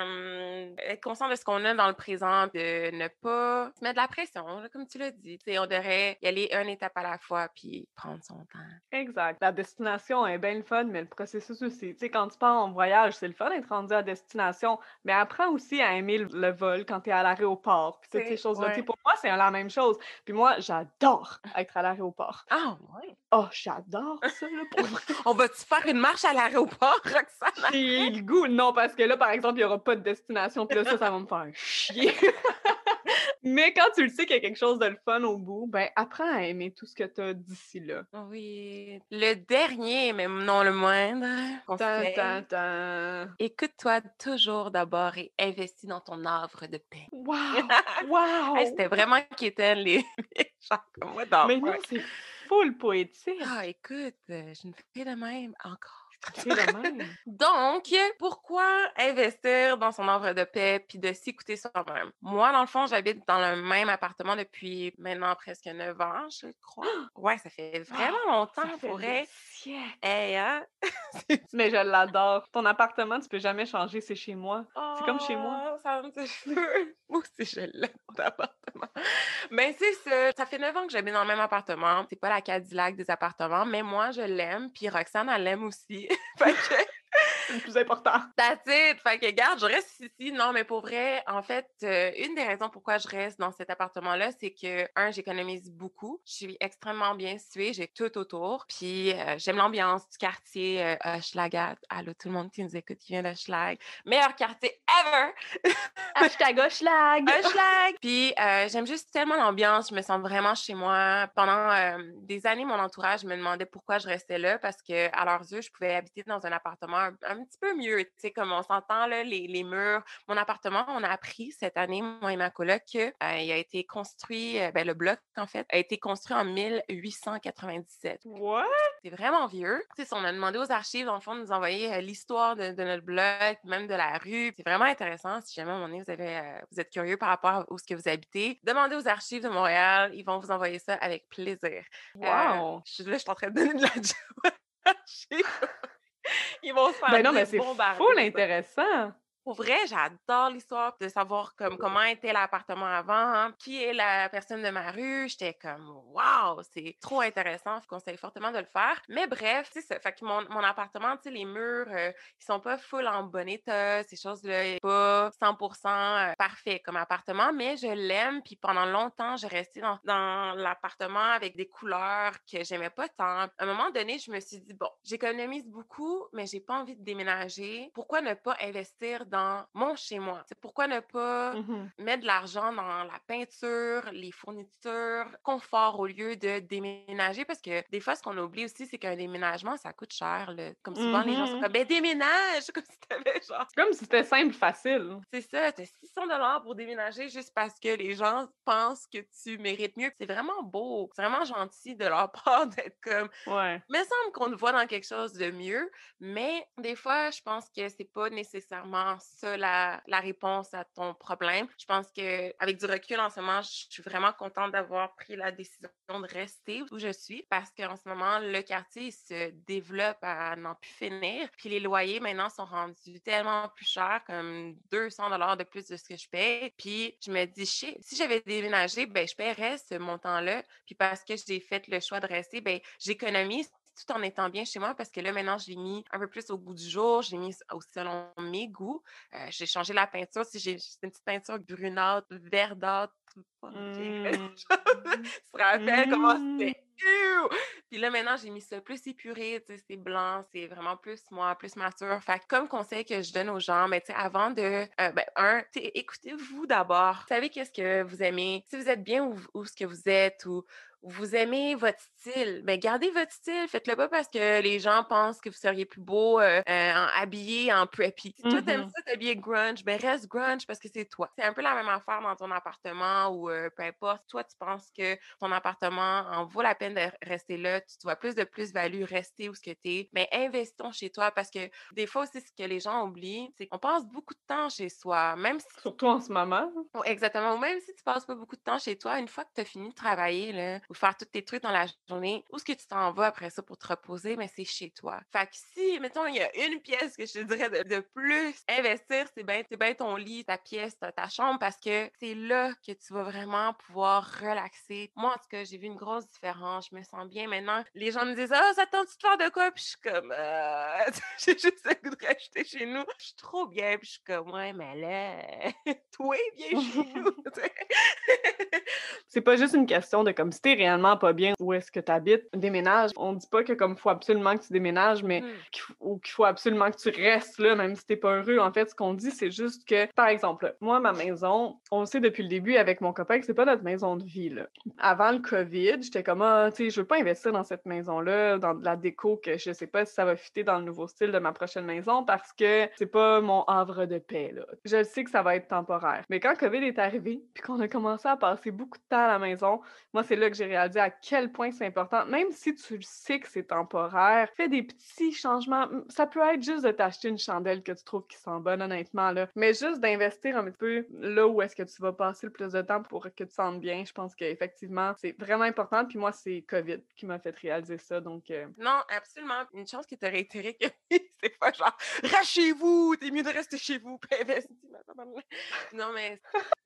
de être conscient de ce qu'on a dans le présent, de ne pas se mettre de la pression, là, comme tu l'as dit. Tu sais, on devrait y aller une étape à la fois, puis prendre son temps. exact. La destination est bien le fun, mais le processus aussi. Tu sais, quand tu pars en voyage, c'est le fun d'être rendu à destination, mais apprends aussi à aimer le vol quand tu es à l'aéroport, puis toutes ces C'est, choses-là. Tu sais, ouais. pour moi, c'est la même chose. Puis moi, j'adore être à l'aéroport. Ah, ouais. Oh, j'adore ça, là, pour vrai. On va-tu faire une marche à l'aéroport, Roxane? J'ai le goût. Non, parce que là, par exemple, il n'y aura pas de destination, puis là, ça va me faire chier. Mais quand tu le sais qu'il y a quelque chose de le fun au bout, ben apprends à aimer tout ce que tu as d'ici là. Oui. Le dernier, mais non le moindre, Tan, tan, conseil, tan. écoute-toi toujours d'abord et investis dans ton havre de paix. Wow! Hey, Wow! c'était vraiment quétaine, les gens comme moi Mais d'enfant. non, c'est full Ah, poétique. écoute, je ne fais de même encore. Tu fais de même. Donc, pourquoi investir dans son havre de paix puis de s'écouter soi-même? Moi, dans le fond, j'habite dans le même appartement depuis maintenant presque 9 ans, je crois. Ouais, ça fait vraiment Wow! Ça longtemps fait pour des vrai. siècles. Hey, hein? Mais je l'adore. Ton appartement, tu peux jamais changer, c'est chez moi. C'est comme chez moi. Oh, ça me touche peu. Moi aussi, je l'aime, mon appartement. Mais c'est ça. Ça fait 9 ans que j'habite dans le même appartement. C'est pas la Cadillac des appartements, mais moi, je l'aime. Puis Roxane, elle l'aime aussi. Fait que C'est le plus important. that's it! Fait que regarde, je reste ici. Non, mais pour vrai, en fait, une des raisons pourquoi je reste dans cet appartement-là, c'est que, j'économise beaucoup. Je suis extrêmement bien située. J'ai tout autour. Puis, j'aime l'ambiance du quartier Hochelaga. Allô, tout le monde qui nous écoute qui vient d'Hochelag. Meilleur quartier ever! Hashtag Hochelag. Hochelag! Puis, j'aime juste tellement l'ambiance. Je me sens vraiment chez moi. Pendant des années, mon entourage me demandait pourquoi je restais là parce que à leurs yeux, je pouvais habiter dans un appartement un petit peu mieux. Tu sais, comme on s'entend, là, les murs. Mon appartement, on a appris cette année, moi et ma coloc, que, il a été construit, ben, le bloc, en fait, a été construit en 1897. What? C'est vraiment vieux. Tu sais, on a demandé aux archives, dans le fond, de nous envoyer l'histoire de notre bloc, même de la rue. C'est vraiment intéressant. Si jamais à un moment donné, vous êtes curieux par rapport à où ce que vous habitez, demandez aux archives de Montréal. Ils vont vous envoyer ça avec plaisir. Wow! Je suis en train de donner de la job aux archives. Ils vont se faire Ben non, mais dire c'est full bombarder. intéressant. Pour vrai, j'adore l'histoire de savoir comment était l'appartement avant, hein, qui est la personne de ma rue. J'étais comme waouh, c'est trop intéressant. Je conseille fortement de le faire. Mais bref, c'est ça. Fait que mon appartement, tu sais, les murs, ils sont pas full en bon état. Ces choses-là, pas 100% parfait comme appartement, mais je l'aime. Puis pendant longtemps, j'ai resté dans l'appartement avec des couleurs que j'aimais pas tant. À un moment donné, je me suis dit, bon, j'économise beaucoup, mais j'ai pas envie de déménager. Pourquoi ne pas investir dans mon chez-moi? C'est pourquoi ne pas Mhm. mettre de l'argent dans la peinture, les fournitures, confort au lieu de déménager? Parce que des fois, ce qu'on oublie aussi, c'est qu'un déménagement, ça coûte cher, là. Comme souvent, les gens sont Mhm. comme, ben déménage! Comme si t'avais genre C'est comme si c'était simple, facile. c'est ça, tu as 600 $ pour déménager juste parce que les gens pensent que tu mérites mieux. C'est vraiment beau, c'est vraiment gentil de leur part d'être comme Ouais. me semble qu'on te voit dans quelque chose de mieux, mais des fois, je pense que c'est pas nécessairement ça la réponse à ton problème. Je pense que avec du recul en ce moment, je suis vraiment contente d'avoir pris la décision de rester où je suis parce qu'en ce moment, le quartier il se développe à n'en plus finir. Puis les loyers maintenant sont rendus tellement plus chers, comme 200 $ de plus de ce que je paye. Puis je me dis, shit, si j'avais déménagé, ben je paierais ce montant-là. Puis parce que j'ai fait le choix de rester, ben j'économise tout en étant bien chez moi parce que là, maintenant, je l'ai mis un peu plus au goût du jour. Je l'ai mis selon mes goûts. J'ai changé la peinture. Si c'est une petite peinture brunâtre, verdâtre, funky. Mm. Tu te rappelles comment Mm. c'était? Ew! Puis là, maintenant, j'ai mis ça plus épuré, tu sais, c'est blanc, c'est vraiment plus moi, plus mature. Fait que comme conseil que je donne aux gens, mais tu sais, avant de, tu sais, écoutez-vous d'abord. Vous savez qu'est-ce que vous aimez. Si vous êtes bien où ce que vous êtes ou vous aimez votre style, ben gardez votre style. Faites-le pas parce que les gens pensent que vous seriez plus beau habillé en preppy. Si toi, t'aimes Mhm. ça t'habiller grunge, ben reste grunge parce que c'est toi. C'est un peu la même affaire dans ton appartement ou peu importe. Toi, tu penses que ton appartement en vaut la peine de rester là, tu vois plus de plus-value rester où ce que t'es, ben investissons chez toi parce que des fois aussi, ce que les gens oublient, c'est qu'on passe beaucoup de temps chez soi, même si Surtout en ce moment. oh, exactement. Ou même si tu passes pas beaucoup de temps chez toi, une fois que tu as fini de travailler là, ou faire tous tes trucs dans la journée, où est-ce que tu t'en vas après ça pour te reposer? Mais c'est chez toi. Fait que si, mettons, il y a une pièce que je te dirais de plus investir, c'est bien ton lit, ta pièce, ta chambre, parce que c'est là que tu vas vraiment pouvoir relaxer. Moi, en tout cas, j'ai vu une grosse différence. Je me sens bien maintenant. Les gens me disent, ah, ça tente-tu de faire de quoi? Puis je suis comme, j'ai juste le goût de rester chez nous. Je suis trop bien. Puis je suis comme, ouais, mais là, toi, viens chez nous. Tu sais. C'est pas juste une question de comme si t'es réellement pas bien où est-ce que tu habites, déménage. On dit pas que comme faut absolument que tu déménages, mais qu'il faut absolument que tu restes là, même si t'es pas heureux. En fait, ce qu'on dit, c'est juste que, par exemple, moi, ma maison, on le sait depuis le début avec mon copain que c'est pas notre maison de vie, là. Avant le COVID, j'étais comme, tu sais, je veux pas investir dans cette maison-là, dans de la déco que je sais pas si ça va fitter dans le nouveau style de ma prochaine maison parce que c'est pas mon havre de paix, là. Je sais que ça va être temporaire. Mais quand COVID est arrivé, puis qu'on a commencé à passer beaucoup de temps à la maison, moi, c'est là que j'ai réalisé à quel point c'est important. Même si tu le sais que c'est temporaire, fais des petits changements. Ça peut être juste de t'acheter une chandelle que tu trouves qui sent bonne, honnêtement, là. Mais juste d'investir un petit peu là où est-ce que tu vas passer le plus de temps pour que tu te sentes bien, je pense qu'effectivement, c'est vraiment important. Puis moi, c'est COVID qui m'a fait réaliser ça, donc... Non, absolument. Une chance que tu as réitéré que c'est pas genre « Reste chez vous! T'es mieux de rester chez vous! » Non, mais...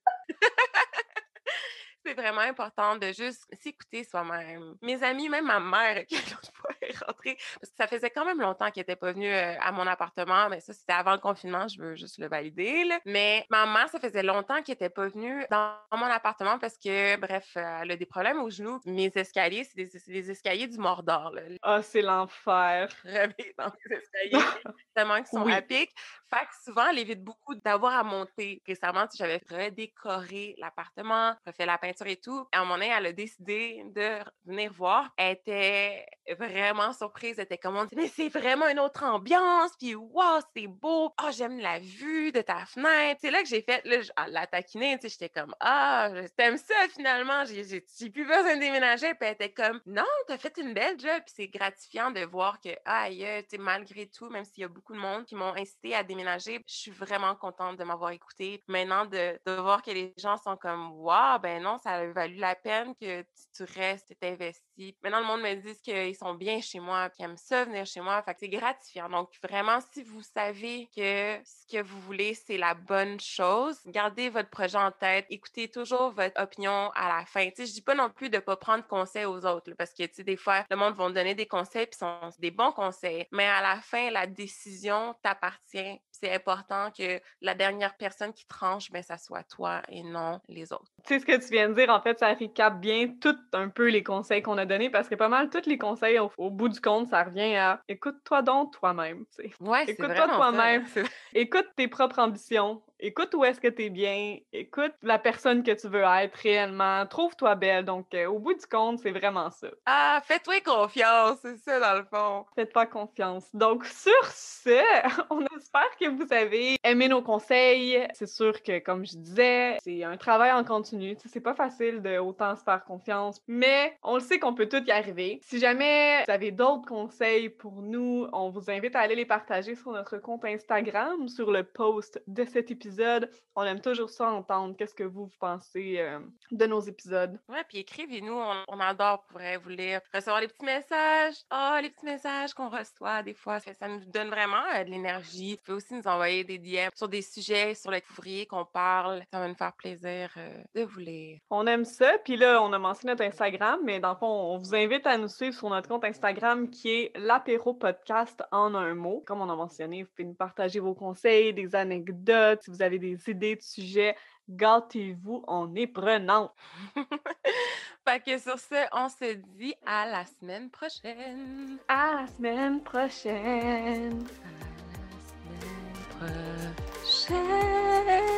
C'est vraiment important de juste s'écouter soi-même. Mes amis, même ma mère, qui l'autre fois est rentrée, parce que ça faisait quand même longtemps qu'elle n'était pas venue à mon appartement, mais ça, c'était avant le confinement, je veux juste le valider, là. Mais ma mère, ça faisait longtemps qu'elle n'était pas venue dans mon appartement parce que, bref, elle a des problèmes aux genoux. Mes escaliers, c'est des escaliers du Mordor, là. Ah, c'est l'enfer! Crever dans les escaliers, tellement qu'ils sont à Oui. pic. Fait que souvent, elle évite beaucoup d'avoir à monter. Récemment, tu sais, j'avais redécoré l'appartement, refait la peinture et tout. À un moment donné, elle a décidé de venir voir. Elle était vraiment surprise. Elle était comme, mais c'est vraiment une autre ambiance. Puis, wow, c'est beau. Ah, j'aime la vue de ta fenêtre. C'est là que j'ai fait, là, la taquiner. Tu sais, j'étais comme, ah, t'aimes ça finalement. J'ai plus besoin de déménager. Puis elle était comme, non, t'as fait une belle job. Puis c'est gratifiant de voir que, aïe, tu sais, malgré tout, même s'il y a beaucoup de monde qui m'ont incité à déménager, je suis vraiment contente de m'avoir écoutée. Maintenant, de voir que les gens sont comme, wow, ben non, ça a valu la peine que tu restes, tu t'investis. Maintenant, le monde me dit qu'ils sont bien chez moi, qu'ils aiment ça venir chez moi. Fait que c'est gratifiant. Donc, vraiment, si vous savez que ce que vous voulez, c'est la bonne chose, gardez votre projet en tête. Écoutez toujours votre opinion à la fin. Tu sais, je dis pas non plus de pas prendre conseil aux autres, là, parce que, tu sais, des fois, le monde va donner des conseils puis sont des bons conseils. Mais à la fin, la décision t'appartient. C'est important que la dernière personne qui tranche, ben, ça soit toi et non les autres. Tu sais, ce que tu viens de dire, en fait, ça recap bien tout un peu les conseils qu'on a donnés parce que pas mal tous les conseils, au bout du compte, ça revient à écoute-toi donc toi-même, tu sais. Ouais, c'est Écoute-toi vraiment toi-même, ça. écoute tes propres ambitions, écoute où est-ce que t'es bien, écoute la personne que tu veux être réellement, trouve-toi belle. Donc, au bout du compte, c'est vraiment ça. Ah, fais-toi confiance, c'est ça dans le fond. Faites-toi confiance. Donc, sur ce, on espère que vous avez aimé nos conseils. C'est sûr que, comme je disais, c'est un travail en continu. Tu sais, c'est pas facile de autant se faire confiance, mais on le sait qu'on peut tout y arriver. Si jamais vous avez d'autres conseils pour nous, on vous invite à aller les partager sur notre compte Instagram, sur le post de cet épisode. On aime toujours ça entendre. Qu'est-ce que vous pensez de nos épisodes? Ouais, puis écrivez-nous, on adore pour vrai vous lire, recevoir les petits messages. Ah, les petits messages qu'on reçoit des fois, ça nous donne vraiment de l'énergie. Vous pouvez aussi nous envoyer des DM sur des sujets sur lesquels vous voudriez qu'on parle. Ça va nous faire plaisir de vous lire. On aime ça. Puis là, on a mentionné notre Instagram, mais dans le fond, on vous invite à nous suivre sur notre compte Instagram qui est l'apéro podcast en un mot. Comme on a mentionné, vous pouvez nous partager vos conseils, des anecdotes, si vous avez des idées de sujets. Gâtez-vous, on est prenant. Fait que sur ce, on se dit à la semaine prochaine. À la semaine prochaine. À la semaine prochaine.